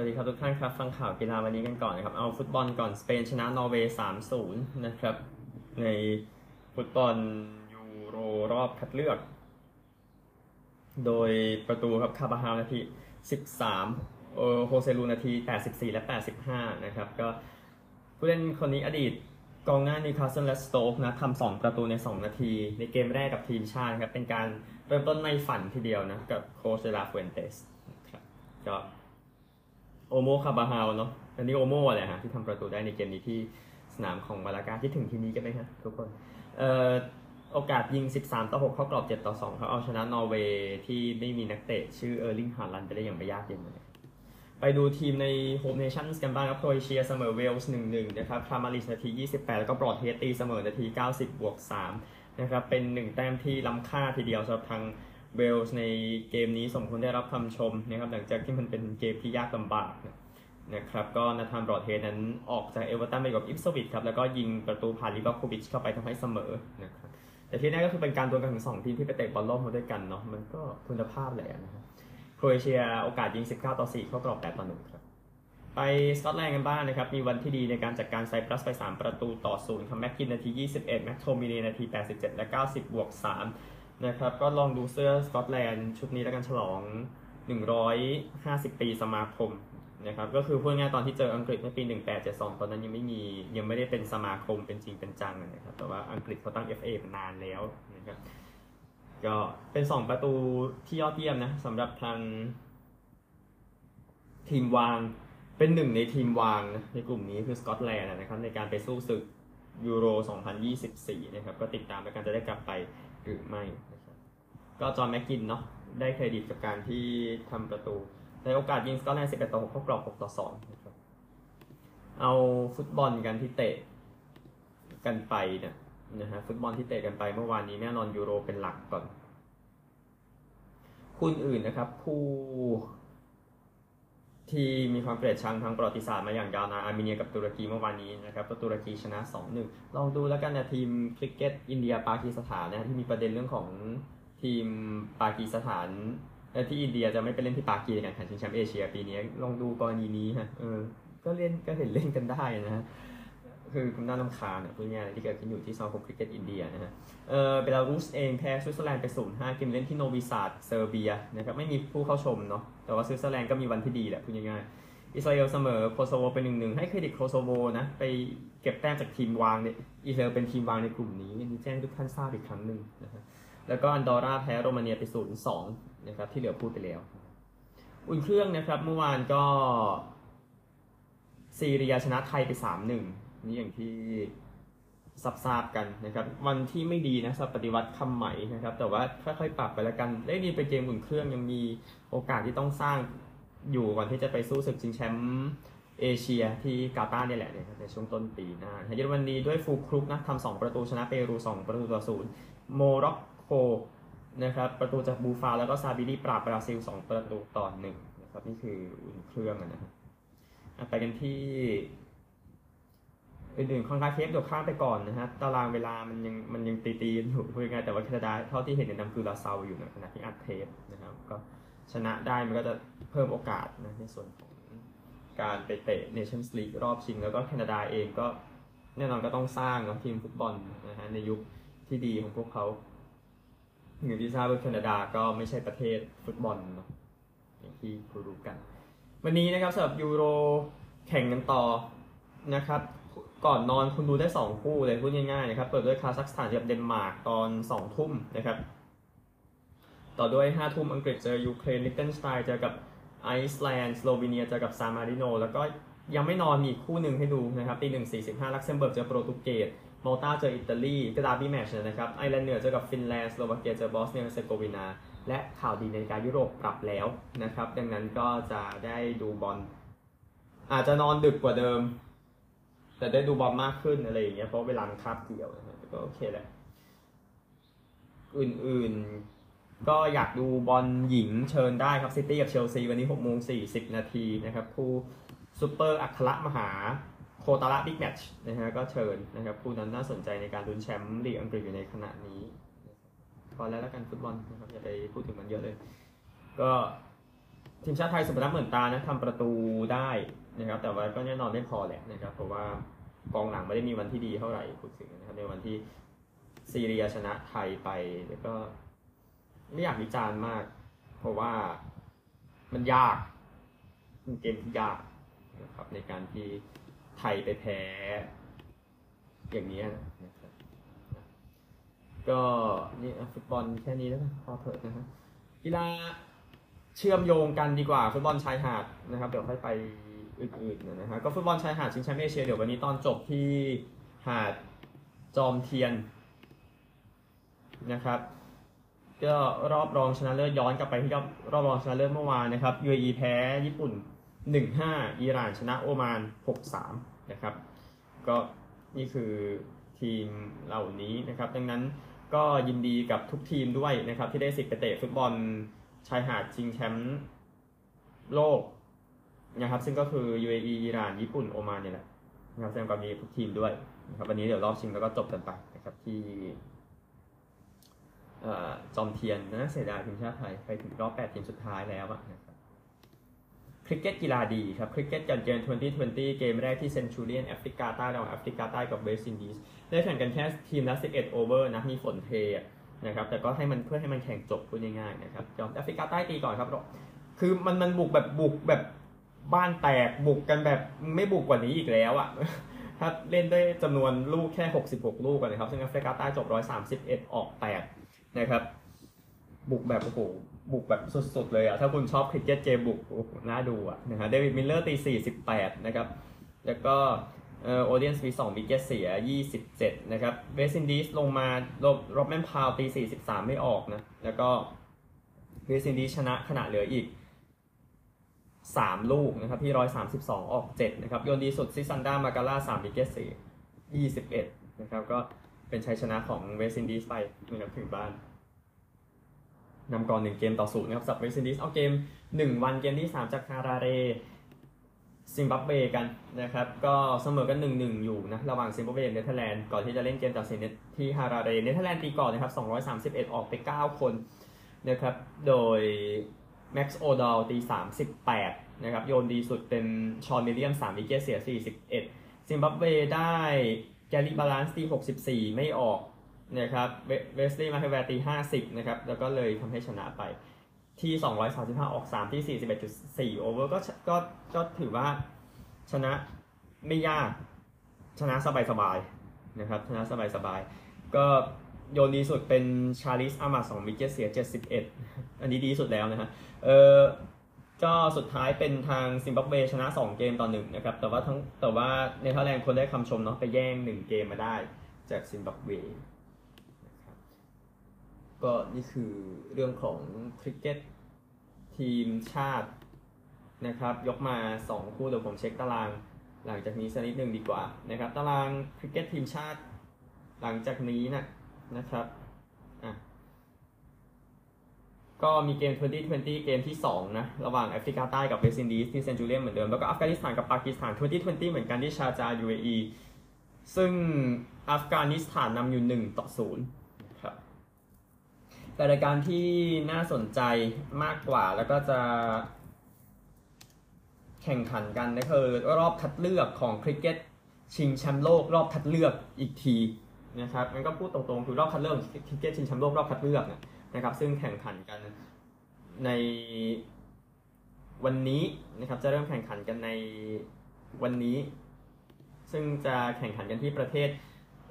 ดีครับทุกท่านครับฟังข่าวกีฬาวันนี้กันก่อนนะครับเอาฟุตบอลก่อนสเปนชนะนอร์เวย์ 3-0 นะครับในฟุตบอลยูโรรอบคัดเลือกโดยประตูครับคาบาฮาลนาที 13โฮเซลูนาที 84 และ 85 นะครับก็ผู้เล่นคนนี้อดีตกองหน้านิวคาสเซิลและสโต๊กนะทำ2 ประตูใน 2 นาทีในเกมแรกกับทีมชาติครับเป็นการเริ่มต้นในฝันทีเดียวนะกับโคชเดลาฟูเอนเตสครับก็โอโมคาบาฮาลเนาะอันนี้โอโมอะไรฮะที่ทำประตูได้ในเกมนี้ที่สนามของมาลากาที่ถึงทีมนี้กันไหมฮะทุกคนโอกาสยิง 13-6 เข้ากรอบ 7-2 เขาเอาชนะนอร์เวย์ที่ไม่มีนักเตะชื่อเออร์ลิง ฮาลันด์ไปได้อย่างไม่ยากเย็นเลยไปดูทีมในโฮมเนชั่นส์กันบ้างครับโครเอเชียเสมอเวลส์ 1-1 นะครับครามาริชนาที 28 แล้วก็บรอดเฮดตีเสมอนาที 90+3 นะครับเป็น1 แต้มที่ล้ำค่าทีเดียวสำหรับทางเวลส์ในเกมนี้สมควรได้รับคำชมนะครับหลังจากที่มันเป็นเกมที่ยากลำบากนะครับก็นาธานบรอดเฮดนั้นออกจากเอเวอร์ตันไปกับอิปสวิชครับแล้วก็ยิงประตูผ่านลิบาโควิชเข้าไปทำให้เสมอนะครับแต่ที่แน่ก็คือเป็นการดวลกันของ2 ทีมที่ไปเตะบอลโลกมาด้วยกันเนาะมันก็คุณภาพแหละนะครับโครเอเชียโอกาสยิง 19-4 เข้ากรอบ 8-1 ครับไปสกอตแลนด์กันบ้างนะครับมีวันที่ดีในการจัดการไซปรัสไป3-0ครับแม็กกินนาที 21 แม็กโทมิเนนาที 87 และ 90+3 นะครับก็ลองดูเสื้อสกอตแลนด์ชุดนี้แล้วกันฉลอง150 ปีสมาคมนะครับก็คือพูดง่ายตอนที่เจออังกฤษในปี 1872 ตอนนั้นยังไม่ได้เป็นสมาคมเป็นจริงเป็นจังนะครับแต่ว่าอังกฤษเขาตั้ง FA มานานแล้วนะครับก็เป็น2 ประตูที่ยอดเยี่ยมนะสำหรับทางทีมวางเป็น1 ในทีมวางนะในกลุ่มนี้คือสกอตแลนด์นะครับในการไปสู้ศึกยูโร 2024 นะครับก็ติดตามแล้วกันจะได้กลับไปหรือไม่นะครับก็จอห์นแม็กกินเนาะได้เครดิตกับการที่ทำประตูในโอกาสยิงสกอตแลนด์ 11-6 เข้ากรอบ 6-2 นะครับเอาฟุตบอลกันที่เตะกันไปนะฮะฟุตบอลที่เตะกันไปเมื่อวานนี้แน่นอนยูโรเป็นหลักก่อนคู่อื่นนะครับคู่ที่มีความเกลียดชังทางประวัติศาสตร์มาอย่างยาวนานอาร์เมเนียกับตุรกีเมื่อวานนี้นะครับตุรกีชนะ 2-1 ลองดูแล้วกันนะทีมคริกเก็ตอินเดียปากีสถานนะที่มีประเด็นเรื่องของทีมปากีสถานที่อินเดียจะไม่ไปเล่นที่ปากีในการแข่งชิงแชมป์เอเชียปีนี้ลองดูกรณีนี้ฮะก็เห็นเล่นกันได้นะฮะคือคุณน่ารำคาญพูดง่ายๆที่เกิดขึ้นอยู่ที่สมาคมคริกเก็ตอินเดียนะฮะเบลารุสเองแพ้สวิตเซอร์แลนด์ไป 0-5 เกมเล่นที่โนวิซาดเซอร์เบียนะครับไม่มีผู้เข้าชมเนาะแต่ว่าสวิตเซอร์แลนด์ก็มีวันที่ดีแหละพูดง่ายๆอิสราเอลเสมอโคโซโวเป็น 1-1 ให้เครดิตโคโซโวนะไปเก็บแต้มจากทีมวางเนี่ยอิสราเอลเป็นทีมวางในกลุ่มนี้แจ้งทุกท่านทราบอีกครั้งหนึ่งนะครับแล้วก็อันดอร่าแพ้โรมาเนียไป 0-2 นะครับที่เหลือพูดไปแล้วอุ่นเครื่องนะครับเมื่อวานก็ซีเรียชนะไทยไป 3-1 นี่อย่างที่ทราบกันนะครับวันที่ไม่ดีนะสำหรับปฏิวัติคำใหม่นะครับแต่ว่าค่อยๆปรับไปแล้วกันได้ดีไปเกมอุ่นเครื่องยังมีโอกาสที่ต้องสร้างอยู่ก่อนที่จะไปสู้ศึกชิงแชมป์เอเชียที่กาตาร์นี่แหละในช่วงต้นปีหน้าเยอรมนีด้วยฟูครุกนะทำ2 ประตูชนะเปรู 2-0 โมร็อกโกนะครับประตูจากบูฟาแล้วก็ซาบิลีปราบบราซิล 2-1นะครับนี่คืออุ่นเครื่องนะครับไปกันที่อื่นๆคอนคาเคฟเดี๋ยวข้ามไปก่อนนะฮะตารางเวลามันยังตีอยู่พูดง่ายแต่ว่าแคนาดาเท่าที่เห็นในนำคือลาซาอยู่นะขณะที่อัดเทปนะครับก็ชนะได้มันก็จะเพิ่มโอกาสนะในส่วนของการไปเตะ Nations League รอบชิงแล้วก็แคนาดาเองก็แน่นอนก็ต้องสร้างทีมฟุตบอลนะฮะในยุคที่ดีของพวกเขาอย่างที่ทราบว่าแคนาดาก็ไม่ใช่ประเทศฟุตบอลเนาะอย่างที่รู้กันวันนี้นะครับสำหรับยูโรแข่งกันต่อนะครับก่อนนอนคุณดูได้2 คู่เลยพูดง่ายๆนะครับเปิดด้วยคาซัคสถานกับเดนมาร์กตอน 20:00 นนะครับต่อด้วย 5:00 นอังกฤษเจอยูเครนลิทเทนสไตน์เจอกับไอซ์แลนด์สโลวีเนียเจอกับซานมาริโนแล้วก็ยังไม่นอนมีอีกคู่หนึ่งให้ดูนะครับตี 1:45 ลักเซมเบิร์กเจอโปรตุเกสมอลตาเจออิตาลีก็ดาร์บี้แมตช์นะครับไอร์แลนด์เหนือเจอกับฟินแลนด์สโลวาเกียเจอบอสเนียเฮอร์เซโกวีนาและข่าวดีในการยุโรปปรับแล้วนะครับดังนั้นก็จะได้ดูบอลอาจจะนอนดึกกว่าเดิมแต่ได้ดูบอลมากขึ้นอะไรอย่างเงี้ยเพราะเวลามันคาบเกี่ยวก็โอเคแหละอื่นๆก็อยากดูบอลหญิงเชิญได้ครับซิตี้กับเชลซีวันนี้ 6:40 น.นะครับคู่ซูเปอร์อัครมหาโคตาระบิ๊กแมตช์นะฮะก็เชิญนะครับคู่นั้นน่าสนใจในการลุ้นแชมป์ลีกอังกฤษอยู่ในขณะนี้พอแล้วกันฟุตบอลนะครับอย่าไปพูดถึงมันเยอะเลยก็ทีมชาติไทยสุพนัทเหมือนตานะทำประตูได้นะครับแต่ว่าก็แน่นอนไม่พอแหละนะครับเพราะว่ากองหลังไม่ได้มีวันที่ดีเท่าไหร่พูดถึงนะครับในวันที่ซีเรียชนะไทยไปแล้วก็ไม่อยากวิจารณ์มากเพราะว่ามันยากเป็นเกมที่ยากนะครับในการที่ไทยไปแพ้อย่างนี้นะครับก็นี่ฟุตบอลแค่นี้แล้วพอเถอะนะครับกีฬาเชื่อมโยงกันดีกว่าฟุตบอลชายหาดนะครับเดี๋ยวค่อยไปอื่นๆนะฮะก็ฟุตบอลชายหาดชิงแชมป์เอเชียเดี๋ยววันนี้ตอนจบที่หาดจอมเทียนนะครับก็รอบรองชนะเลิศย้อนกลับไปที่รอบรองชนะเลิศเมื่อวานนะครับ UAE แพ้ญี่ปุ่น 1-5 อิหร่านชนะโอมาน 6-3 นะครับก็นี่คือทีมเหล่านี้นะครับดังนั้นก็ยินดีกับทุกทีมด้วยนะครับที่ได้สิทธิ์ไปเตะฟุตบอลชายหาดชิงแชมป์โลกนะครับซึ่งก็คือ UAE อิหร่านญี่ปุ่นโอมานเนี่ยแหละนะครับแสดงความยินดีทุกทีมด้วยนะครับวันนี้เดี๋ยวรอบชิงแล้วก็จบกันไปนะครับที่จอมเทียนนะเสียดายทีมชาติไทยไปถึงรอบ8ทีมสุดท้ายแล้วนะครับคริกเก็ตกีฬาดีครับคริกเก็ตกันเกม2020เกมแรกที่เซนชูเรียนแอฟริกาใต้ระหว่างแอฟริกาใต้กับเวสต์อินดีสได้แข่งกันแค่ทีมละ11โอเวอร์นะมีฝนเทนะครับแต่ก็ให้มันเพื่อให้มันแข่งจบพูดง่ายๆนะครับยอมแอฟริกาใต้ตีก่อนครับคือมันบุกแบบบ้านแตกบุกกันแบบไม่บุกกว่านี้อีกแล้วถ้าเล่นด้วยจำนวนลูกแค่66ลูกกันนะครับซึ่งแอฟริกาใต้จบ131ออก8นะครับบุกแบบโอ้โหบุกแบบสุดๆเลยถ้าคุณชอบคริกเก็ตเจบุกน่าดูนะฮะเดวิดมิลเลอร์ตี48นะครับแล้วก็โอเดียนส์มี2วิกเก็ตเสีย27นะครับเวสต์อินดีสลงมาโรบแมนพาวตี43ไม่ออกนะแล้วก็เวสต์อินดีสชนะขณะเหลืออีก3ลูกนะครับที่132ออก7นะครับโยนดีสุดซิซันดามาการ่า3วิกเก็ตเสีย21นะครับก็เป็นชัยชนะของเวสต์อินดีสไปนะครับถึงบ้านนำก่อน1 เกมต่อ 0นะครับสับเวสต์อินดีสเอาเกม1วันเกมที่3จากฮาราเรซิมบับเวกันนะครับก็เสมอกัน 1-1 อยู่นะระหว่างซิมบับเวกับเนเธอร์แลนด์ก่อนที่จะเล่นเกมตัดสินที่ฮาราเรเนเธอร์แลนด์ตีก่อนนะครับ231ออกไป9คนนะครับโดยแม็กซ์โอดอลตี38นะครับโยนดีสุดเป็นชอนวิลเลียม3วิกเก็ตเสีย41ซิมบับเวได้แกรี่บาลานซ์ตี64ไม่ออกนะครับเวสลีย์มาเฮเวร์ตี50นะครับแล้วก็เลยทำให้ชนะไปที่235ออก3ที่41.4โอเวอร์ก็ถือว่าชนะไม่ยากชนะสบายๆนะครับชนะสบายๆก็โยนดีสุดเป็นชาลิสอามา2วิกเก็ตเสีย71อันนี้ดีสุดแล้วนะฮะก็สุดท้ายเป็นทางซิมบับเวชนะ2เกมต่อ1นะครับแต่ว่าเนเธอร์แลนด์คนได้คำชมเนาะไปแย่ง1เกมมาได้จากซิมบับเวก็นี่คือเรื่องของคริกเก็ตทีมชาตินะครับยกมา2คู่เดี๋ยวผมเช็คตารางหลังจากนี้สักนิดนึงดีกว่านะครับตารางคริกเก็ตทีมชาติหลังจากนี้นะครับก็มีเกม2020เกมที่2นะระหว่างแอฟริกาใต้กับเวสต์อินดีสที่เซนจูเรียนเหมือนเดิมแล้วก็อัฟกานิสถานกับปากีสถาน2020เหมือนกันที่ชาร์จา UAE ซึ่งอัฟกานิสถานนำอยู่1-0แต่รายการที่น่าสนใจมากกว่าแล้วก็จะแข่งขันกันก็คือรอบคัดเลือกของคริกเก็ตชิงแชมป์โลกรอบคัดเลือกอีกทีนะครับมันก็พูดตรงๆคือรอบคัดเลือกคริกเก็ตชิงแชมป์โลกรอบคัดเลือกนะครับซึ่งแข่งขันกันในวันนี้นะครับจะเริ่มแข่งขันกันในวันนี้ซึ่งจะแข่งขันกันที่ประเทศ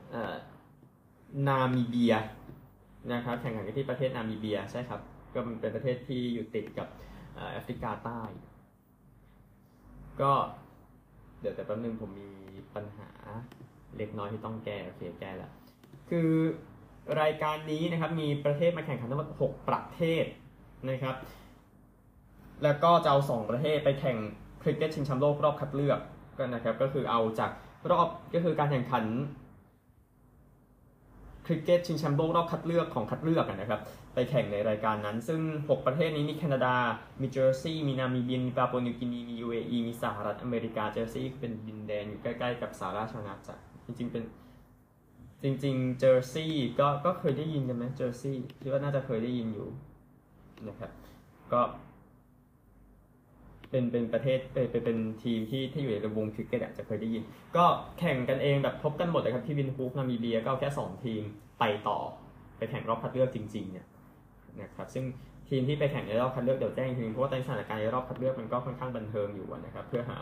นามิเบียนะครับแข่งขันกันที่ประเทศนามิเบียใช่ครับก็เป็นประเทศที่อยู่ติดกับแอฟริกาใต้ก็เดี๋ยวแต่แป๊บนึงผมมีปัญหาเล็กน้อยที่ต้องแก้โอเคแก้แล้วคือรายการนี้นะครับมีประเทศมาแข่งขันทั้งหมด6ประเทศนะครับแล้วก็จะเอา2ประเทศไปแข่งคริกเก็ตชิงแชมป์โลกรอบคัดเลือกกันนะครับก็คือเอาจากรอบก็คือการแข่งขันคริกเก็ตชิงแชมป์โลกรอบคัดเลือกของคัดเลือกนะครับไปแข่งในรายการนั้นซึ่ง6ประเทศนี้มีแคนาดามีเจอร์ซีย์มีนามิเบียมีปาปัวนิวกินีมี UAE มีสหรัฐอเมริกาเจอร์ซีย์เป็นดินแดนอยู่ใกล้ๆกับสหราชอาณาจักรจริงๆเจอร์ซีย์ก็เคยได้ยินกันไหมเจอร์ซีย์คิดว่าน่าจะเคยได้ยินอยู่นะครับก็เป็นประเทศเป็นทีมที่อยู่ในวงคริกเก็ตจะเคยได้ยินก็แข่งกันเองแบบพบกันหมดเลยครับที่วินฮูฟนามิเบียก็เอาแค่2ทีมไปต่อไปแข่งรอบคัดเลือกจริงๆเนี่ยนะครับซึ่งทีมที่ไปแข่งในรอบคัดเลือกเดี๋ยวแจ้งทีเพราะว่าในสถานการณ์ในรอบคัดเลือกมันก็ค่อนข้างบันเทิงอยู่นะครับเพื่อหา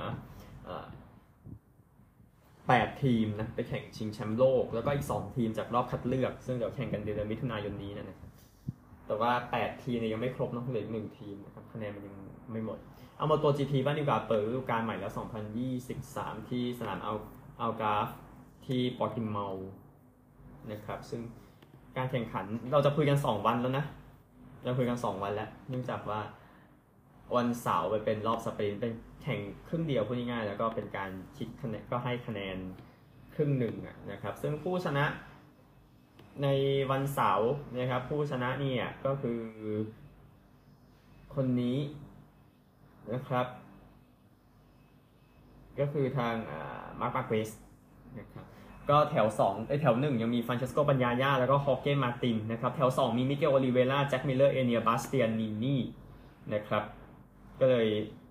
8ทีมนะไปแข่งชิงแชมป์โลกแล้วก็อีก2ทีมจากรอบคัดเลือกซึ่งเดี๋ยวแข่งกันเดือนมิถุนายนนี้นะครับแต่ว่า8ทีมเนี่ยยังไม่ครบนะเหลืออีก1ทีมนะครับคะแนนมันยังไม่หมดเอามาตัว GP บ้างดีกว่าเปิดฤดูกาลใหม่แล้ว2023ที่สนามอัลกาฟที่ปอร์ติเมานะครับซึ่งการแข่งขันเราจะคุยกัน2วันแล้วนะเราคุยกัน2วันแล้วเนื่องจากว่าวันเสาร์ไปเป็นรอบสปรินต์เป็นแข่งครึ่งเดียวพูดง่ายๆแล้วก็เป็นการคิดคะแนนก็ให้คะแนนครึ่งหนึ่งนะครับซึ่งผู้ชนะในวันเสาร์นะครับผู้ชนะเนี่ยก็คือคนนี้นะครับก็คือทางมาร์ค มาร์เกสนะครับก็แถว2แถว1ยังมีฟรานเชสโก บัญญาญ่าแล้วก็ฮอร์เก้ มาร์ตินนะครับแถว2มีมิเกล โอลิเวราแจ็ค มิลเลอร์ เอเนีย บาสเตียน นินี่นะครับก็เลย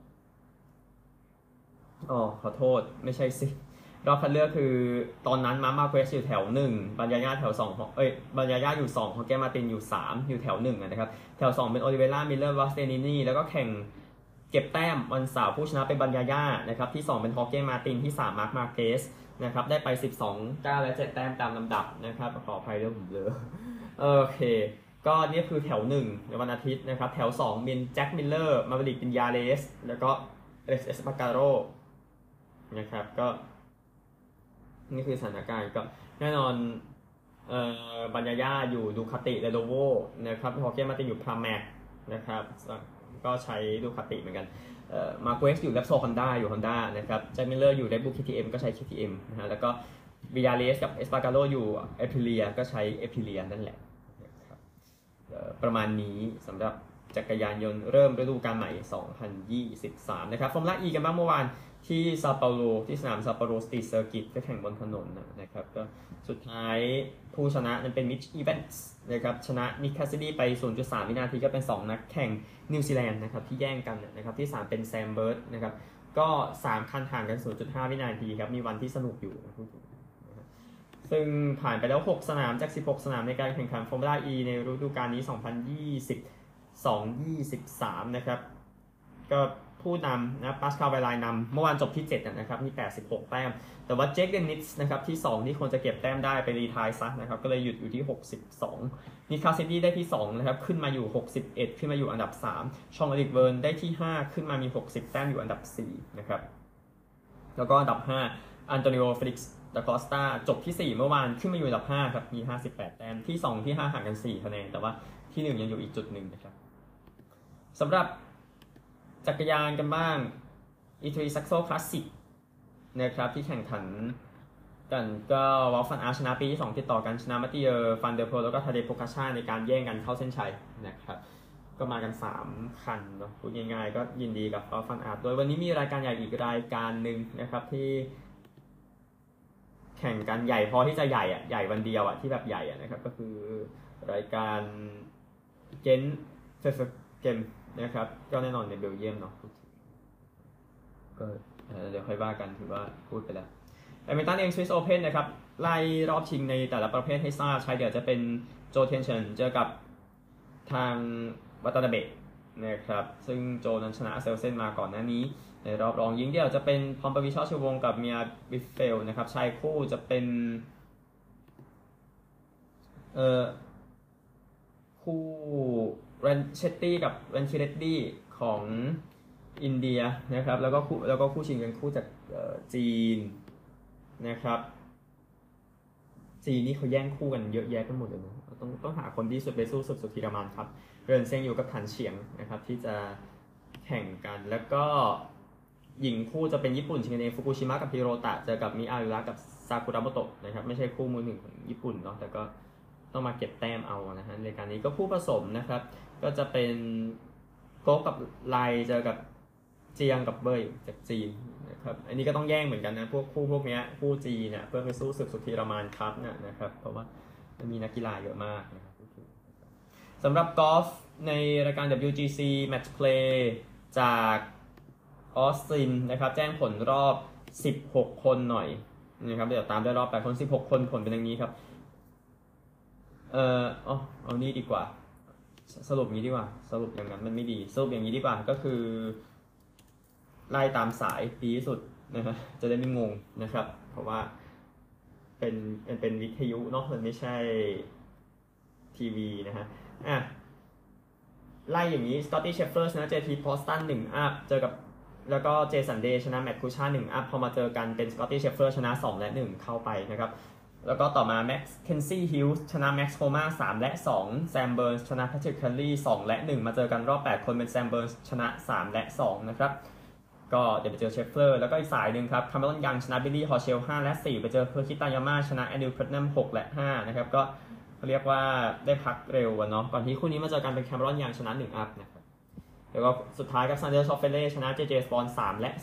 ขอโทษไม่ใช่สิรอบคัดเลือกคือตอนนั้นมาร์ค มาร์เกสอยู่แถว1บัญญาญ่าแถว2บัญญาญ่าอยู่2ฮอร์เก้ มาร์ตินอยู่3อยู่แถว1นะครับแถว2เป็นโอลิเวรา มิลเลอร์ บาสเตียน นินี่แล้วก็แข่งเก็บแต้มวันเสาร์ผู้ชนะเป็นบัญญาญ่านะครับที่2เป็นฮอร์เก้ มาร์ตินที่3มาร์ค มาร์เกสนะครับได้ไป12 9และ7แต้มตามลำดับนะครับขออภัยด้วยผมเลยโอเคก็นี่คือแถว1ในวันอาทิตย์นะครับแถว2เป็นแจ็ค มิลเลอร์มาริก ปิญญาเลสแล้วก็เอสปาการโรนะครับก็นี่คือสถานการณ์ก็แน่นอนบัญญาญ่าอยู่ดูคาติเรโดโวนะครับฮอร์เก้ มาร์ตินอยู่พราแมกนะครับก็ใช้ดูคาติเหมือนกันมาร์เกสอยู่แลปโซฮอนด้าอยู่ฮอนด้านะครับแจ็ค มิลเลอร์อยู่เรดบูล KTM ก็ใช้ KTM นะฮะแล้วก็วิยาเลสกับเอสปาการโรอยู่เอพิเลียก็ใช้เอพิเลียนั่นแหละนะครับประมาณนี้สำหรับจักรยานยนต์เริ่มฤดูกาลใหม่ 2023 นะครับฟอร์มูล่า E กันบ้างเมื่อวานที่ซาเปาโลที่สนามซาเปาโลสตรีทเซอร์กิตก็แข่งบนถนนนะครับก็สุดท้ายผู้ชนะนั้นเป็นมิช อีแวนส์นะครับชนะนิค แคสซิดี้ไป 0.3 วินาทีก็เป็น2นักแข่งนิวซีแลนด์นะครับที่แย่งกันนะครับที่3เป็นแซมเบิร์ดนะครับก็3คันห่างกัน 0.5 วินาทีครับมีวันที่สนุกอยู่ซึ่งผ่านไปแล้ว6สนามจาก16สนามในการแข่งขันฟอร์มูล่า E ในฤดูกาลนี้2022-23นะครับก็ผู้นำนะปาสคาล ไวไลน์นำเมื่อวานจบที่7นะครับมี86แต้มแต่ว่าเจค เดนนิสนะครับที่2ที่ควรจะเก็บแต้มได้ไปรีไทร์ซะนะครับก็เลยหยุดอยู่ที่62นิคาซิตี้ได้ที่2นะครับขึ้นมาอยู่61ขึ้นมาอยู่อันดับ3ชอง อลิกเวิร์นได้ที่5ขึ้นมามี60แต้มอยู่อันดับ4นะครับแล้วก็อันดับ5อันโตนิโอ เฟลิกซ์ ดาคอสตาจบที่4เมื่อวานขึ้นมาอยู่อันดับ5ครับมี58แต้มที่2ที่5ห่างกัน4คะแนนแต่ว่าที่1ยังอยู่อีกจุดหนึ่งนะครับสำหรับจักรยานกันบ้างอีทรีซักโซคลาสสิกนะครับที่แข่งขันกันก็วอลฟันอาร์ชนะปีที่2ติดต่อกันชนะมาติเออร์ฟันเดอร์โพแล้วก็ทาเดโปกาชาในการแย่งกันเข้าเส้นชัยนะครับก็มากัน3คันเนาะพูดง่ายๆก็ยินดีกับวอลฟันอาร์โดยวันนี้มีรายการใหญ่อีกรายการหนึ่งนะครับที่แข่งกันใหญ่พอที่จะใหญ่ใหญ่วันเดียวที่แบบใหญ่นะครับก็คือรายการเจนเฟสเกมนะครับก็แน่นอนในเบลเยียมเนาะก็เดี๋ยวค่อยว่ากันถือว่าพูดไปแล้วแบดมินตันเองสวิสโอเพ่นนะครับไล่รอบชิงในแต่ละประเภทให้ทราบชายเดี่ยวจะเป็นโจเทียนเฉินเจอกับทางวัตนาเบะนะครับซึ่งโจนั้นชนะเซลเซนมาก่อนหน้านี้ในรอบรองหญิงเดี่ยวจะเป็นพรปวีช่อชูวงศ์กับเมียบิฟเฟลนะครับชายคู่จะเป็นคู่เรนเชตตี้กับเรนคิเรตตี้ของอินเดียนะครับแล้วก็คู่ชิงกันคู่จากจีนนะครับจีนนี่เขาแย่งคู่กันเยอะแยะกันหมดเลยนะต้องหาคนที่สุดไปสู้สุดทีรามานครับเรินเซิงอยู่กับถันเฉียงนะครับที่จะแข่งกันแล้วก็หญิงคู่จะเป็นญี่ปุ่นชิงกันเองฟุกุชิมะกับฮิโรตะเจอกับมิอารุระกับซากุระโมโตะนะครับไม่ใช่คู่มือหนึ่งของญี่ปุ่นเนาะแต่ก็ต้องมาเก็บแต้มเอานะฮะในการนี้ก็คู่ผสมนะครับก็จะเป็นโก๊กกับไลเจอกับเจียงกับเบยจากจีนนะครับอันนี้ก็ต้องแย่งเหมือนกันนะพวกนี้คู่จีนเนี่ยเพื่อไปสู้ศึกสุธีรามานคัพนะครับเพราะว่ามันมีนักกีฬาเยอะมากนะครับสำหรับกอล์ฟในรายการ WGC Match Play จากออสตินนะครับแจ้งผลรอบ16คนหน่อยนะครับเดี๋ยวตามด้วยรอบ8คน16คนผลเป็นอย่างนี้ครับเอานี่ดีกว่าสรุปอย่างนี้ดีกว่าสรุปอย่างนั้นมันไม่ดีสรุปอย่างนี้ดีกว่าก็คือไล่ตามสายดีที่สุดนะครับจะได้ไม่งงนะครับเพราะว่าเป็นวิทยุเนาะมันไม่ใช่ทีวีนะฮะไล่อย่างนี้สกอตตี้เชฟเฟอร์ชนะเจทีพอสตัน1 อัพเจอกับแล้วก็เจสันเดย์ชนะแมตต์คูชา1 อัพพอมาเจอกันเป็นสกอตตี้เชฟเฟอร์ชนะ2และ1เข้าไปนะครับแล้วก็ต่อมาแม็กซ์เคนซี่ฮิลส์ชนะแม็กซ์โฮมา3และ2แซมเบิร์นชนะแพทริกเคลลี่2และ1มาเจอกันรอบ8คนเป็นแซมเบิร์นชนะ3และ2นะครับก็เดี๋ยวไปเจอเชฟเฟอร์แล้วก็อีกสายหนึ่งครับคาร์เมลอนยังชนะบิลลี่ฮอเชล5และ4ไปเจอเพอร์คิตายาม่าชนะแอนดิวเพรตนัม6และ5นะครับก็เรียกว่าได้พักเร็วเนาะก่อนที่คู่นี้มาเจอกันเป็นแคมเมรอนยังชนะ1 อัพนะครับแล้วก็สุดท้ายกับซันเดอร์ชอฟเฟเล่ชนะเจเจสปอน3และ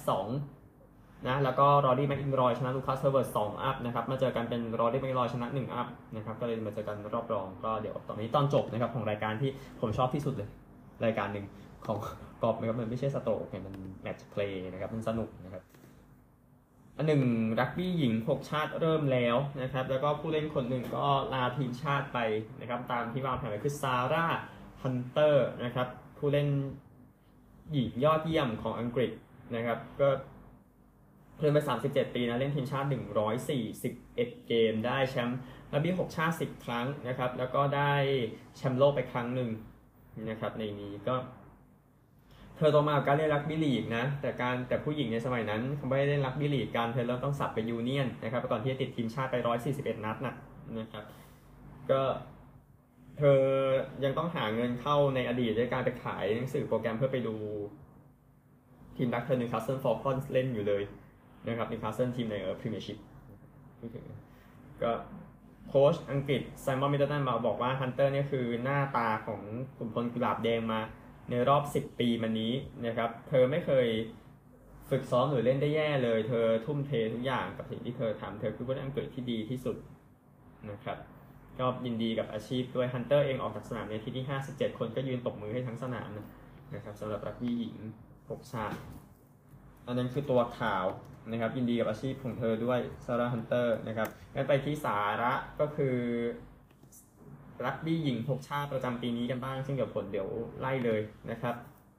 2นะแล้วก็รอดี้แม็กอินรอยชนะลูคัสเฮอร์เบิร์ต2 อัพนะครับมาเจอกันเป็นรอดี้แม็กอินรอยชนะ1 อัพนะครับก็เลยมาเจอกันรอบรองก็เดี๋ยวตอนนี้ตอนจบนะครับของรายการที่ผมชอบที่สุดเลยรายการหนึ่งของกอล์ฟนะครับมันไม่ใช่สโตรกมันแมตช์เพลย์นะครับมันสนุกนะครับอันหนึ่งรักบี้หญิง6ชาติเริ่มแล้วนะครับแล้วก็ผู้เล่นคนหนึ่งก็ลาทีมชาติไปนะครับตามที่วางแผนไว้คือซาร่าฮันเตอร์นะครับผู้เล่นหญิงยอดเยี่ยมของอังกฤษนะครับก็เล่นไป37 ปีนะเล่นทีมชาติ141เกมได้แชมป์รักบี้6ชาติ10 ครั้งนะครับแล้วก็ได้แชมป์โลกไปครั้งหนึ่งนะครับในนี้ก็เธอโตมากับการเล่นรักบี้ลีกนะแต่ผู้หญิงในสมัยนั้นเขาไม่ได้เล่นรักบี้ลีกกันเธอเริ่มต้องสับไปยูเนียนนะครับก่อนที่จะติดทีมชาติไป141 นัดนะครับก็เธอยังต้องหาเงินเข้าในอดีตด้วยการไปขายหนังสือโปรแกรมเพื่อไปดูทีมรักเธอนิวคาสเซิลฟอลคอนส์เล่นอยู่เลยนะครับนิวคาสเซิลทีมในพรีเมียร์ชิพพูดถึงก็โค้ชอังกฤษไซมอนมิดเดิลตันมาบอกว่าฮันเตอร์นี่คือหน้าตาของขุนพลกุหลาบแดงมาในรอบ10 ปีมานี้นะครับเธอไม่เคยฝึกซ้อมหรือเล่นได้แย่เลยเธอทุ่มเททุกอย่างกับสิ่งที่เธอทำเธอคือผู้เล่นอังกฤษที่ดีที่สุดนะครับก็ยินดีกับอาชีพด้วยฮันเตอร์เองออกจากสนามในที่57คนก็ยืนตบมือให้ทั้งสนามนะครับสำหรับรักบี้หญิง6ชาติอันนั้นคือตัวข่าวนะครับยินดีกับอาชีพของเธอด้วยซาร่าฮันเตอร์นะครับงั้นไปที่สาระก็คือรักบี้หญิง6ชาติประจำปีนี้กันบ้างซึ่งเดี๋ยวผลเดี๋ยวไล่เลยนะครับ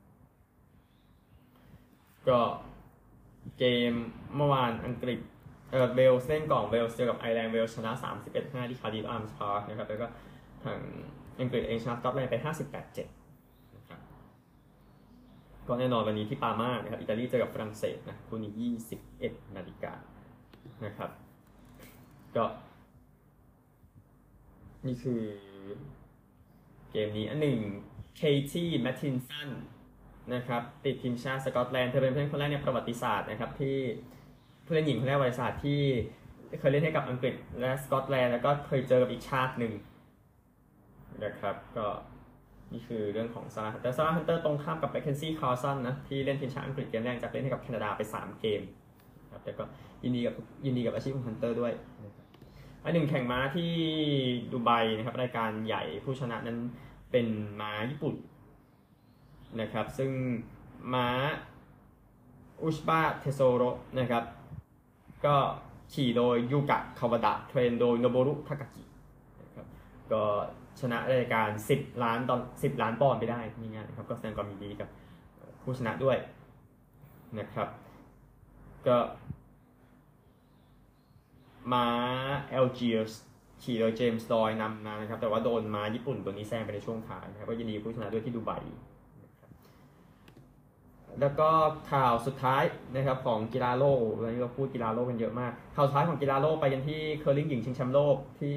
ก็เกมเมื่อวานอังกฤษเวลส์เล่นก่อนเวลส์เจอกับไอร์แลนด์เวลส์ชนะ 31-5 ที่คาร์ดิฟอาร์มส์พาร์คนะครับแล้วก็ทางอังกฤษเองชนะสกอตแลนด์ไป 58-7 นะครับก็แน่นอนวันนี้ที่ปาม่านะครับอิตาลีเจอกับฝรั่งเศสนะคู่นี้ 21 นาฬิกานะครับก็นี่คือเกมนี้อันหนึ่งเคที่แมตตินสันนะครับติดทีมชาติสกอตแลนด์เธอเป็นผู้เล่นคนแรกในประวัติศาสตร์นะครับที่ผู้เล่นหญิงคนแรกประวัติศาสตร์ที่เคยเล่นให้กับอังกฤษและสกอตแลนด์แล้วก็เคยเจอกับอีกชาติหนึ่งนะครับก็นี่คือเรื่องของซาร่าแต่ซาร่าฮันเตอร์ตรงข้ามกับแมคเคนซี่คาร์สันนะที่เล่นทีมชาติอังกฤษเกมแรกจากเล่นให้กับแคนาดาไป3 เกมครับแต่ก็ยินดีกับอาชีพของฮันเตอร์ด้วยอันหนึ่งแข่งม้าที่ดูไบนะครับรายการใหญ่ผู้ชนะนั้นเป็นม้าญี่ปุ่นนะครับซึ่งม้าอุชบะเทโซโรนะครับก็ขี่โดยยูกะคาวาดะเทรนโดยโนโบรุทากากินะครับก็ชนะรายการ10 ล้านปอนด์ไปได้นี่ไงนะครับก็แสดงความยินดีกับผู้ชนะด้วยนะครับก็ม้าเอลเจียสขี่โดยเจมส์ดอยนำมานะครับแต่ว่าโดนม้าญี่ปุ่นตัวนี้แซงไปในช่วงท้ายนะครับก็ยินดีผู้ชนะด้วยที่ดูไบแล้วก็ข่าวสุดท้ายนะครับของกีฬาโลกวันนี้เราพูดกีฬาโลกกันเยอะมากข่าวสุดท้ายของกีฬาโลกไปกันที่เคอร์ลิงหญิงชิงแชมป์โลกที่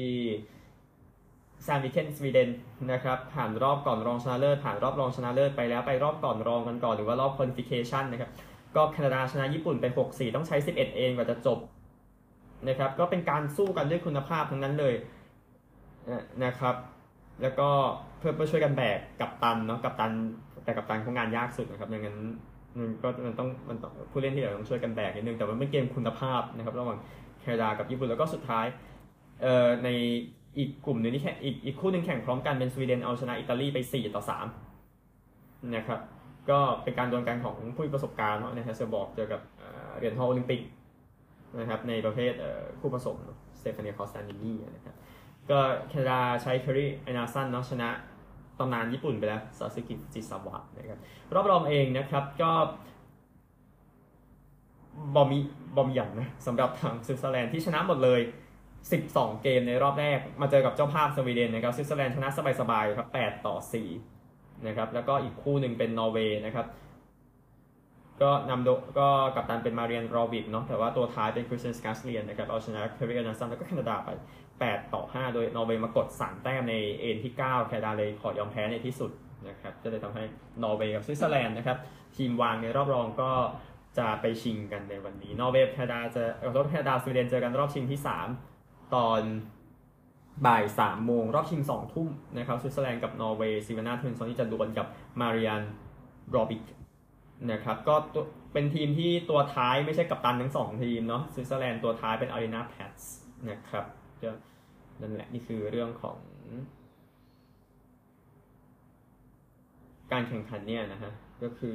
แซนวิเคนสวีเดนนะครับผ่านรอบก่อนรองชนะเลิศผ่านรอบรองชนะเลิศไปแล้วไปรอบก่อนรองกันก่อนหรือว่ารอบควอลิฟิเคชันนะครับก็แคนาดาชนะญี่ปุ่นไป 6-4 ต้องใช้11เองกว่าจะจบนะครับก็เป็นการสู้กันด้วยคุณภาพทั้งนั้นเลยนะครับแล้วก็เพื่อช่วยกันแบกกัปตันเนาะกัปตันแต่กัปตันเขางานยากสุดนะครับอย่างนั้นมันต้องผู้เล่นที่เหลือต้องช่วยกันแบกนิดนึงแต่มันเป็นเกมคุณภาพนะครับระหว่างแคนาดากับญี่ปุ่นแล้วก็สุดท้ายในอีกกลุ่มนึงนี่แค่อีกคู่นึงแข่งพร้อมกันเป็นสวีเดนเอาชนะอิตาลีไป4-3นะครับก็เป็นการดวลกันของผู้มีประสบการณ์นะฮะเซอร์บอกเจอกับเหรียญทองโอลิมปิกนะครับในประเภทคู่ผสมสเตฟานีคอสตานินีนะครับก็แคนาดาใช้เคอรี่ไอนาซันเนาะชนะตำนานญี่ปุ่นไปแล้วซาสึกิจิซาวะนะครับรอบรองเองนะครับก็บอมหยันนะสำหรับทางสวิตเซอร์แลนด์ที่ชนะหมดเลย12 เกมในรอบแรกมาเจอกับเจ้าภาพสวีเดนนะครับสวิตเซอร์แลนด์ชนะสบายๆครับ8-4นะครับแล้วก็อีกคู่หนึ่งเป็นนอร์เวย์นะครับก็นำโดก็กัปตันเป็นมาเรียนรอวิกเนาะแต่ว่าตัวท้ายเป็นคริสเตียนสกาสเลียนนะครับเอาชนะเคอริเอนาซันแล้วก็แคนาดาไป8-5โดยนอร์เวย์มากด3 แต้มในเอ็นที่9แคนาดาเลยขอยอมแพ้ในที่สุดนะครับจะเลยทำให้นอร์เวย์กับสวิตเซอร์แลนด์นะครับทีมวางในรอบรองก็จะไปชิงกันในวันนี้นอร์เวย์แคนาดาแคนาดาสวีเดนเจอกันรอบชิงที่3ตอนบ่าย3 โมงรอบชิง2 ทุ่มนะครับสวิตเซอร์แลนด์กับนอร์เวย์ซิวาน่าทวินซอนที่จะดวลกับมาเรียนรอบิกนะครับก็เป็นทีมที่ตัวท้ายไม่ใช่กัปตันทั้ง2 ทีมเนาะสวิตเซอร์แลนด์ตัวท้ายเป็นอารีนาแพทส์นะครับนั่นแหละนี่คือเรื่องของการแข่งขันเนี่ยนะฮะก็คือ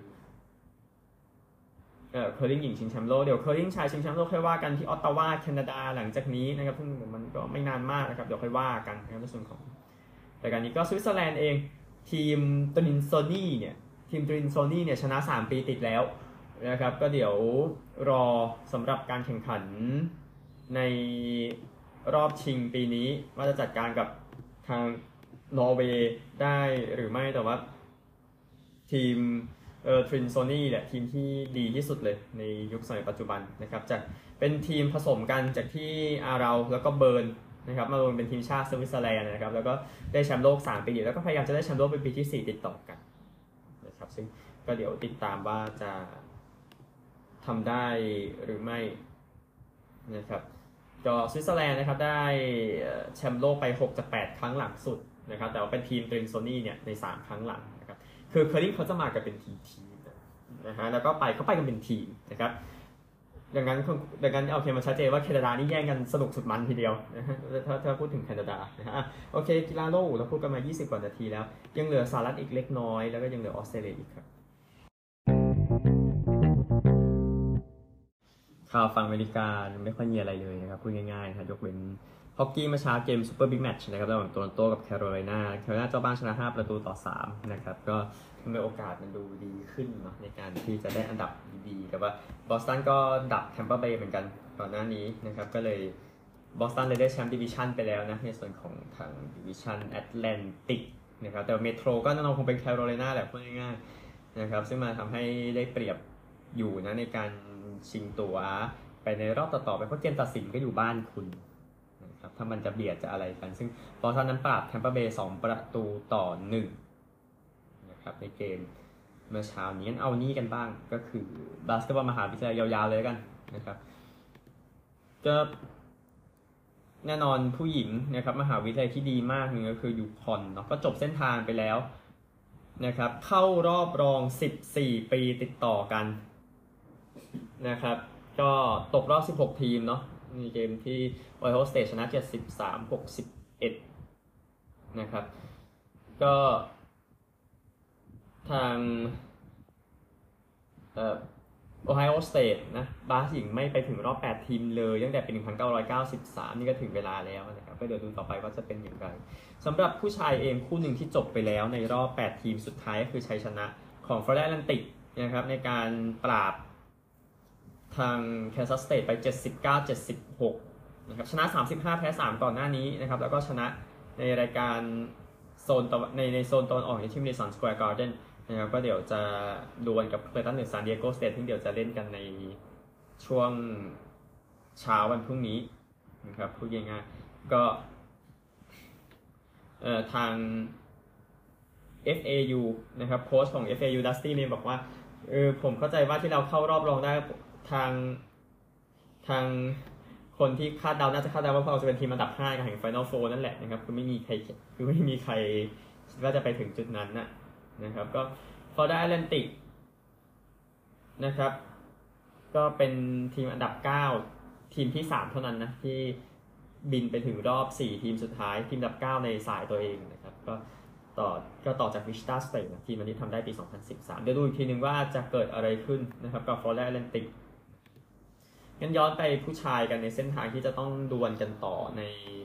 เคอร์ลิงหญิงชิงแชมป์โลกเดี๋ยวเคอร์ลิงชายชิงแชมป์โลกค่อยว่ากันที่ออตตาวาแคนาดาหลังจากนี้นะครับซึ่งมันก็ไม่นานมากนะครับเดี๋ยวค่อยว่ากันนะครับในส่วนของรายการนี้ก็สวิตเซอร์แลนด์เองทีมตรินโซนี่เนี่ยชนะ3 ปีติดแล้วนะครับก็เดี๋ยวรอสำหรับการแข่งขันในรอบชิงปีนี้ว่าจะจัดการกับทางนอร์เวย์ได้หรือไม่แต่ว่าทีมทรินโซนี่แหละทีมที่ดีที่สุดเลยในยุคสมัยปัจจุบันนะครับจากเป็นทีมผสมกันจากที่อาเราแล้วก็เบิร์นนะครับมารวมเป็นทีมชาติสวิตเซอร์แลนด์นะครับแล้วก็ได้แชมป์โลก3 ปีติดแล้วก็พยายามจะได้แชมป์โลกเป็นปีที่4ติดต่อกันนะครับซึ่งก็เดี๋ยวติดตามว่าจะทำได้หรือไม่นะครับก็สวิตเซอร์แลนด์นะครับได้แชมป์โลกไป6 จาก 8 ครั้งหลังสุดนะครับแต่ว่าเป็นทีมทรินโซนี่เนี่ยใน3 ครั้งหลังนะครับคือเคอร์ลิงเขาจะมากันเป็นทีมนะฮะแล้วก็เขาไปกันเป็นทีมนะครับดังนั้นโอเคมันชัดเจนว่าแคนาดานี่แย่งกันสนุกสุดมันทีเดียวนะฮะถ้าพูดถึงแคนาดานะฮะโอเคกีฬาโลกเราพูดกันมา20 กว่านาทีแล้วยังเหลือสหรัฐอีกเล็กน้อยแล้วก็ยังเหลือออสเตรเลียอีกครับข่าวฝั่งอเมริกาไม่ค่อยมีอะไรเลยนะครับพูดง่ายๆนะยกเว้นฮอกกี้เมื่อเช้าเกมซูเปอร์บิ๊กแมตช์นะครับระหว่างโตลอนโตกับแคโรไลนาเจ้าบ้านชนะ5-3นะครับก็มีโอกาสมันดูดีขึ้นเนาะในการที่จะได้อันดับดีๆแต่ว่าบอสตันก็ดับแทมเปอร์เบย์เหมือนกันก่อนหน้านี้นะครับก็เลยบอสตันเลยได้แชมป์ดิวิชั่นไปแล้วนะในส่วนของทางดิวิชั่นแอตแลนติกนะครับแต่เมโทรก็แน่นอนคงเป็นแคโรไลนาแหละพูดง่ายๆนะครับซึ่งมาทำให้ได้เปรียบอยู่นะในการชิงตั๋วไปในรอบต่อๆไปเพราะเกมตัดสินก็อยู่บ้านคุณนะครับถ้ามันจะเบียดจะอะไรกันซึ่งบอสตันนั้นปราบแทมเปอร์เบย์2-1นะครับในเกมเมื่อเช้านี้เอานี่กันบ้างก็คือบาสเกตบอลมหาวิทยาลัยยาวๆเลยกันนะครับก็แน่นอนผู้หญิงนะครับมหาวิทยาลัยที่ดีมากนึงก็คือยูคอนเนาะก็จบเส้นทางไปแล้วนะครับเข้ารอบรอง14 ปีติดต่อกันนะครับก็ตกรอบ16 ทีมเนาะในเกมที่ไวโอสเตทชนะ73-61นะครับก็ทางโอไฮโอสเตทนะบาสหญิงไม่ไปถึงรอบ8 ทีมเลยตั้งแต่ปี1993นี่ก็ถึงเวลาแล้วนะครับก็เดี๋ยวดูต่อไปว่าจะเป็นอย่างไรสำหรับผู้ชายเองคู่หนึ่งที่จบไปแล้วในรอบ8 ทีมสุดท้ายก็คือชัยชนะของฟลอริดาแอตแลนติกนะครับในการปราบทางแคนซัสสเตทไป79-76นะครับชนะ35แพ้3ก่อนหน้านี้นะครับแล้วก็ชนะในรายการโซนในโซนตะวันออกที่มินิสันสแควร์การ์เด้นนะครับก็เดี๋ยวจะดวลกับเคลตันหรือซานดิเอโกสเตทที่เดี๋ยวจะเล่นกันในช่วงเช้าวันพรุ่งนี้นะครับพูดง่ายๆก็ทาง FAU นะครับโค้ชของ FAU Dusty May บอกว่าผมเข้าใจว่าที่เราเข้ารอบรองได้ทางคนที่คาดเดาน่าจะคาดเดาว่าพวกเราจะเป็นทีมอันดับ5กับแห่ง Final Four นั่นแหละนะครับคือไม่มีใครคิดว่าจะไปถึงจุดนั้นนะครับก็ฟลอริดาแอตแลนติกนะครับก็เป็นทีมอันดับ9ทีมที่3เท่านั้นนะที่บินไปถึงรอบ4 ทีมสุดท้ายทีมอันดับ9ในสายตัวเองนะครับก็ต่อก็ต่อจากวิชตาสเตททีมนี้ทำได้ปี 2013 เดี๋ยวดูอีกทีนึงว่าจะเกิดอะไรขึ้นนะครับกับฟลอริดาแอตแลนติกงั้นย้อนไปผู้ชายกันในเส้นทางที่จะต้องดวลกันต่อใน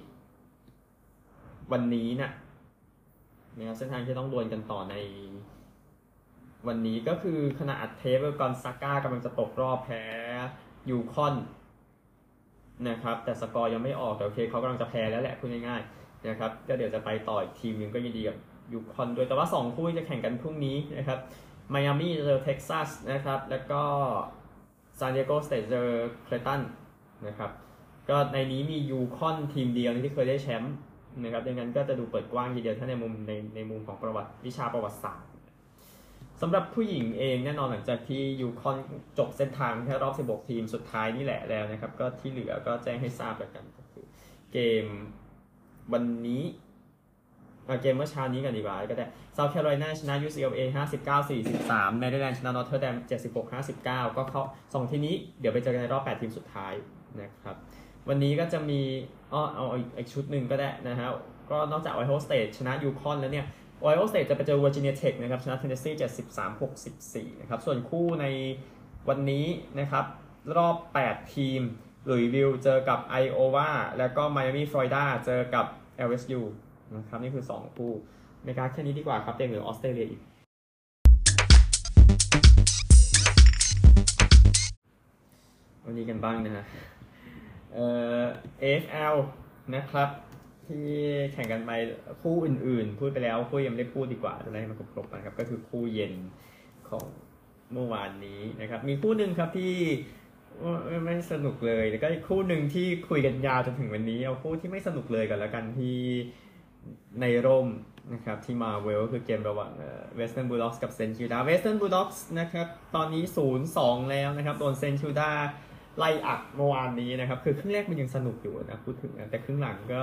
วันนี้นะครับเส้นทางที่ต้องดวลกันต่อในวันนี้ก็คือขณะอัดเทปกอนซาก้ากำลังจะตกรอบแพ้ยูคอนนะครับแต่สกอร์ยังไม่ออกแต่โอเคเขากำลังจะแพ้แล้วแหละพูดง่ายๆนะครับก็เดี๋ยวจะไปต่ออีกทีมนึงก็ยินดีกับยูคอนด้วยแต่ว่า2คู่จะแข่งกันพรุ่งนี้นะครับไมอามี่เจอเท็กซัสนะครับแล้วก็ซานดิเอโกสเตทเจอเคลตันนะครับก็ในนี้มียูคอนทีมเดียวที่เคยได้แชมป์นะครับดังนั้นก็จะดูเปิดกว้างทีเดียวถ้าในมุมของประวัติวิชาประวัติศาสตร์สำหรับผู้หญิงเองแน่นอนหลังจากที่ยูคอนจบเส้นทางแค่รอบ16ทีมสุดท้ายนี่แหละแล้วนะครับก็ที่เหลือก็แจ้งให้ทราบแล้วกันก็คือเกมวันนี้เกมเมื่อเช้านี้กันดีกว่าก็ได้ South Carolina ชนะ UCLA 59-43 Maryland ชนะ Notre Dame 76-59 ก็เข้า2ทีนี้เดี๋ยวไปเจอกันในรอบ8ทีมสุดท้ายนะครับวันนี้ก็จะมีเอาอีกชุดหนึ่งก็ได้นะฮะก็นอกจาก Ohio State ชนะ UConn แล้วเนี่ยOhio State จะไปเจอ Virginia Tech นะครับชนะ Tennessee 73-64 นะครับส่วนคู่ในวันนี้นะครับรอบ8ทีมลุยวิลเจอกับ Iowa แล้วก็ Miami Florida เจอกับ LSU นะครับนี่คือ2คู่อเมริกาแค่นี้ดีกว่าครับเต็มเหลือออสเตรเลียอีกวันนี้กันบ้างนะฮะAFL นะครับที่แข่งกันไปคู่อื่นๆพูดไปแล้วคู่ยังไม่ได้พูดดีกว่าจะได้มาครบๆนะครับก็คือคู่เย็นของเมื่อวานนี้นะครับมีคู่หนึ่งครับที่ไม่สนุกเลยแล้วก็อีกคู่หนึ่งที่คุยกันยาวจนถึงวันนี้เอาคู่ที่ไม่สนุกเลยกันแล้วกันที่ในร่มนะครับที่มาเวลคือเกมระหว่างWestern Bulldogs กับ St. Kilda Western Bulldogs นะครับตอนนี้ 0-2 แล้วนะครับโดน St. Kilda ไล่อัดเมื่อวานนี้นะครับคือครึ่งแรกมันยังสนุกอยู่นะพูดถึงแต่ครึ่งหลังก็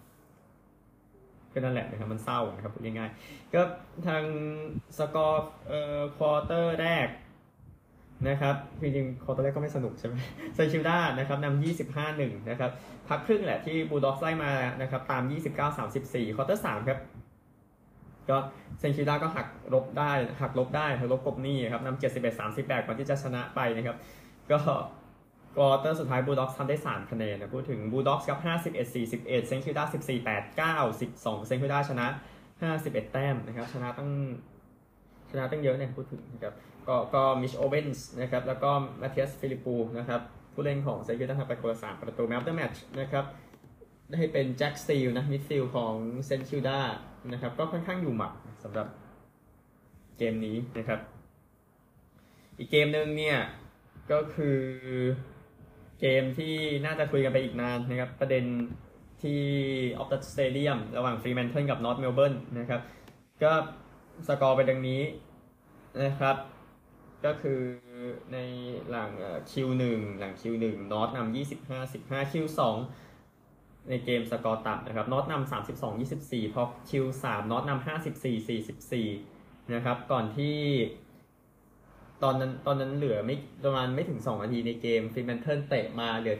นั่นแหละนะครับมันเศร้านะครับพูดง่ายๆก็ทางสกอร์ควอเตอร์แรกนะครับจริงๆควอเตอร์แรกก็ไม่สนุกใช่ไหมเซนชิลด้านะครับนำ 25-1 นะครับพักครึ่งแหละที่บูลด็อกส์ไล่มานะครับตาม 29-34 ควอเตอร์3ครับก็เซนชิลด้าก็หักลบได้หักลบกบหนี้ครับนำ 71-38 ก่อนที่จะชนะไปนะครับก็ควอเตอร์สุดท้ายบูลด็อกส์ทำได้3คะแนนนะพูดถึงบูลด็อกส์กับ51-41เซนคิวด้า14-8 9-12เซนคิวด้าชนะ51แต้มนะครับชนะตั้งเยอะเนี่ยพูดถึงนะครับก็มิชโอเวนส์นะครับแล้วก็มาเทียสฟิลิปปูนะครับผู้เล่นของเซนคิวด้าทำไปคนละ3ประตูแมตช์แมตช์นะครับได้เป็นแจ็คสตีลนะมิดฟิลด์ของเซนคิวด้านะครับก็ค่อนข้างอยู่หมัดสำหรับเกมนี้นะครับอีกเกมนึงเนี่ยก็คือเกมที่น่าจะคุยกันไปอีกนานนะครับประเด็นที่ออฟตัสสเตเดียมระหว่างฟรีแมนเทิลกับนอร์ทเมลเบิร์นนะครับก็สกอร์ไปดังนี้นะครับก็คือในหลังQ1 หลัง Q1 นอร์ทนำ 25-15 Q2 ในเกมสกอร์ต่ำนะครับนอร์ทนำ 32-24 พอ Q3 นอร์ทนำ 54-44 นะครับก่อนที่ตอนนั้นเหลือประมาณไม่ถึง2นาทีในเกมฟรีแมนเทิลเตะมาเหลือ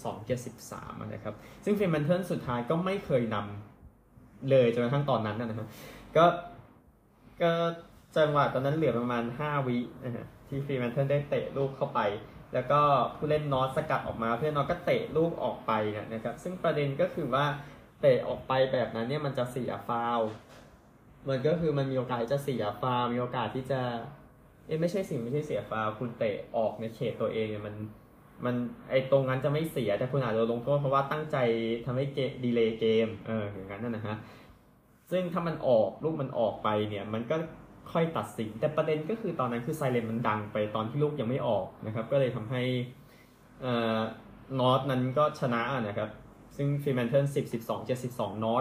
72-73 นะครับซึ่งฟรีแมนเทิลสุดท้ายก็ไม่เคยนำเลยจนกระทั่งตอนนั้นนะครับก็จังหวะตอนนั้นเหลือประมาณ5วินะฮะที่ฟรีแมนเทิลได้เตะลูกเข้าไปแล้วก็ผู้เล่นนอร์ทสกัดออกมาเพื่อนนอร์ทก็เตะลูกออกไปนะครับซึ่งประเด็นก็คือว่าเตะออกไปแบบนั้นเนี่ยมันจะเสียฟาวล์มันก็คือมันมีโอกาสจะเสียฟาวล์มีโอกาสที่จะไม่ใช่เสียฟาวล์คุณเตะออกในเขตตัวเองเนี่ยมันไอตรงนั้นจะไม่เสียแต่คุณอาจจะลงโทษเพราะว่าตั้งใจทำให้ดีเลย์เกมอย่างนั้นนะฮะซึ่งถ้ามันออกลูกมันออกไปเนี่ยมันก็ค่อยตัดสินแต่ประเด็นก็คือตอนนั้นคือไซเรนมันดังไปตอนที่ลูกยังไม่ออกนะครับก็เลยทำให้นอร์ทนั้นก็ชนะนะครับซึ่งฟรีแมนเทิล10-12-72นอร์ท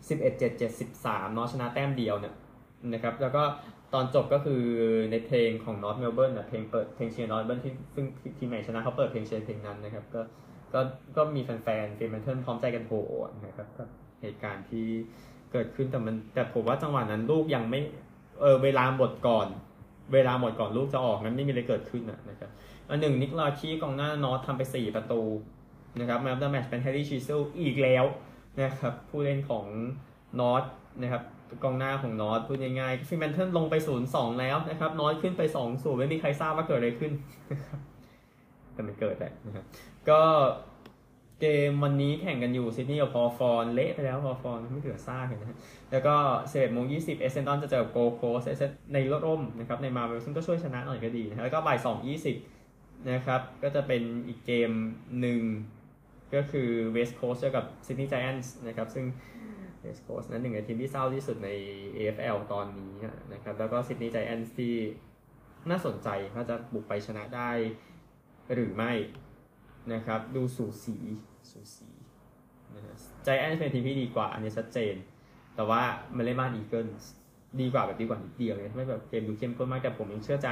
11-7-73นอร์ทชนะแต้มเดียวเนี่ยนะครับแล้วก็ตอนจบก็คือในเพลงของนอร์ทเมลเบิร์นเพลงเชียร์นอร์ทเมลเบิร์นที่ซึ่งทีมไหนชนะเขาเปิดเพลงเชียร์เพลงนั้นนะครับก็มีแฟนๆฟรีแมนเทิลพร้อมใจกันโห่นะครับก็เหตุการณ์ที่เกิดขึ้นแต่ผมว่าจังหวะนั้นลูกยังไม่เวลาหมดก่อนลูกจะออกนั้นไม่มีอะไรเกิดขึ้นนะครับอันหนึ่งนิกลาคีกองหน้านอร์ททำไป4ประตูนะครับแมตช์แมตช์เป็นแฮร์รี่ชีซิลอีกแล้วนะครับผู้เล่นของนอร์ทนะครับกองหน้าของนอตพูดง่ายๆฟิแมนเทิลลงไป 0-2 แล้วนะครับนอตขึ้นไป 2-0 ไม่มีใครทราบว่าเกิดอะไรขึ้น แต่มันเกิดแหละนะครับก็เกมวันนี้แข่งกันอยู่ซิดนีย์กับพอฟอนเละไปแล้วพอฟอนไม่เหลือซากเลยนะ แล้วก็ 11:20 เอเซนตันจะเจอโกโคสในร่มนะครับในมาเวลซึ่งก็ช่วยชนะหน่อยก็ดีนะแล้วก็บ่าย 2:20 นะครับก็จะเป็นอีกเกมหนึ่งก็คือเวสต์โคสต์เจอกับซิดนีย์ไจแอนท์นะครับซึ่งเวสต์โคสต์นั้นหนึ่งในทีมที่เศร้าที่สุดใน AFL ตอนนี้นะครับแล้วก็ซิดนีย์ไจแอนท์ที่น่าสนใจว่าจะบุกไปชนะได้หรือไม่นะครับดูสูสีไจแอนท์เป็นทีมที่ดีกว่าอันนี้ชัดเจนแต่ว่ามันเล่นบ้านอีเกิลดีกว่านิดเดียวเลยไม่แบบเกมดูเข้มข้นมากแต่ผมยังเชื่อใจ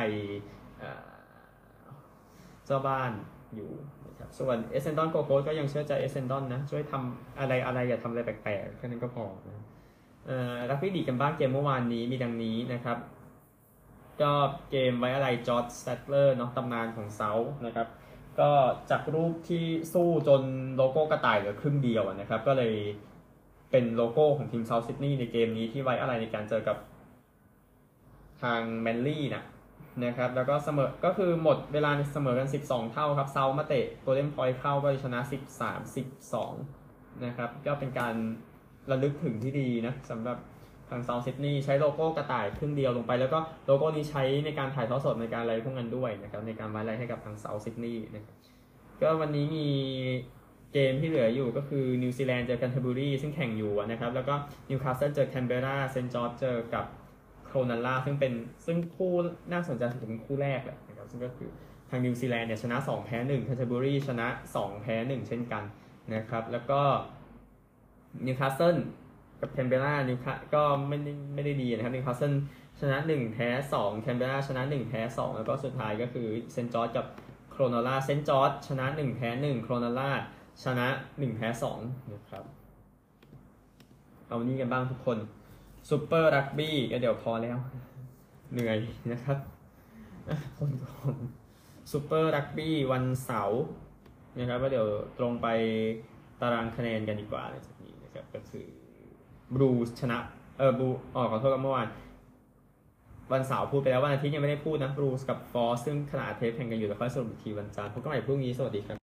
เจ้าบ้านอยู่นะครับส่วนเอเซนดอนโกโก้ก็ยังเชื่อใจเอเซนดอนนะช่วยทำอะไรอย่าทำอะไรแปลกๆแค่นั้นก็พอนะรักพี่ดีกันบ้างเกมเมื่อวานนี้มีดังนี้นะครับก็เกมไว้อะไรจอร์จสแตทเลอร์เนาะตำนานของเซาท์นะครับก็จากรูปที่สู้จนโลโก้กระต่ายเหลือครึ่งเดียวนะครับก็เลยเป็นโลโก้ของทีมเซาท์ซิดนีย์ในเกมนี้ที่ไว้อะไรในการเจอกับทางแมนลี่นะครับแล้วก็เสมอก็คือหมดเวลาเสมอกัน12เท่าครับเซามาเตะโกลเด้นพอยต์เข้าก็ชนะ13-12นะครับก็เป็นการระลึกถึงที่ดีนะสำหรับทางเซาซิดนีย์ใช้โลโก้กระต่ายครึ่งเดียวลงไปแล้วก็โลโก้นี้ใช้ในการถ่ายทอดสดในการอะไรพวกนั้นด้วยนะครับในการไว้อะไรให้กับทางเซาซิดนีย์นะครับก็วันนี้มีเกมที่เหลืออยู่ก็คือนิวซีแลนด์เจอกันเทอร์บูรีซึ่งแข่งอยู่นะครับแล้วก็นิวคาสเซิลเจอแคนเบราเซนต์จอร์จเจอกับโครนัลล่าซึ่งคู่น่าสนใจเป็นคู่แรกแหละนะครับซึ่งก็คือทางนิวซีแลนด์เนี่ยชนะ2แพ้1แคนเทอร์บูรีชนะ2แพ้1เช่นกันนะครับแล้วก็นิวคาสเซิลกับแคนเบราก็ไม่ได้ดีนะครับนิวคาสเซิลชนะ1แพ้2แคนเบราชนะ1แพ้2แล้วก็สุดท้ายก็คือเซนต์จอร์จกับโครนัลล่าเซนต์จอร์จชนะ1แพ้1โครนัลล่าชนะ1แพ้2นะครับเอานี้กันบ้างทุกคนซูเปอร์รักบี้ก็เดี๋ยวพอแล้วเหนื่อยนะครับคนซูเปอร์รักบี้วันเสาร์นะครับก็เดี๋ยวตรงไปตารางคะแนนกันดีกว่าในจากนี้นะครับก็คือบลูชนะขอโทษกับเมื่อวานวันเสาร์พูดไปแล้ววันอาทิตย์ยังไม่ได้พูดนะบลูกับฟอร์ซึ่งขณะเทปแข่งกันอยู่แล้วค่อยสรุปอีกทีวันจันทร์พบกันใหม่พรุ่งนี้สวัสดีครับ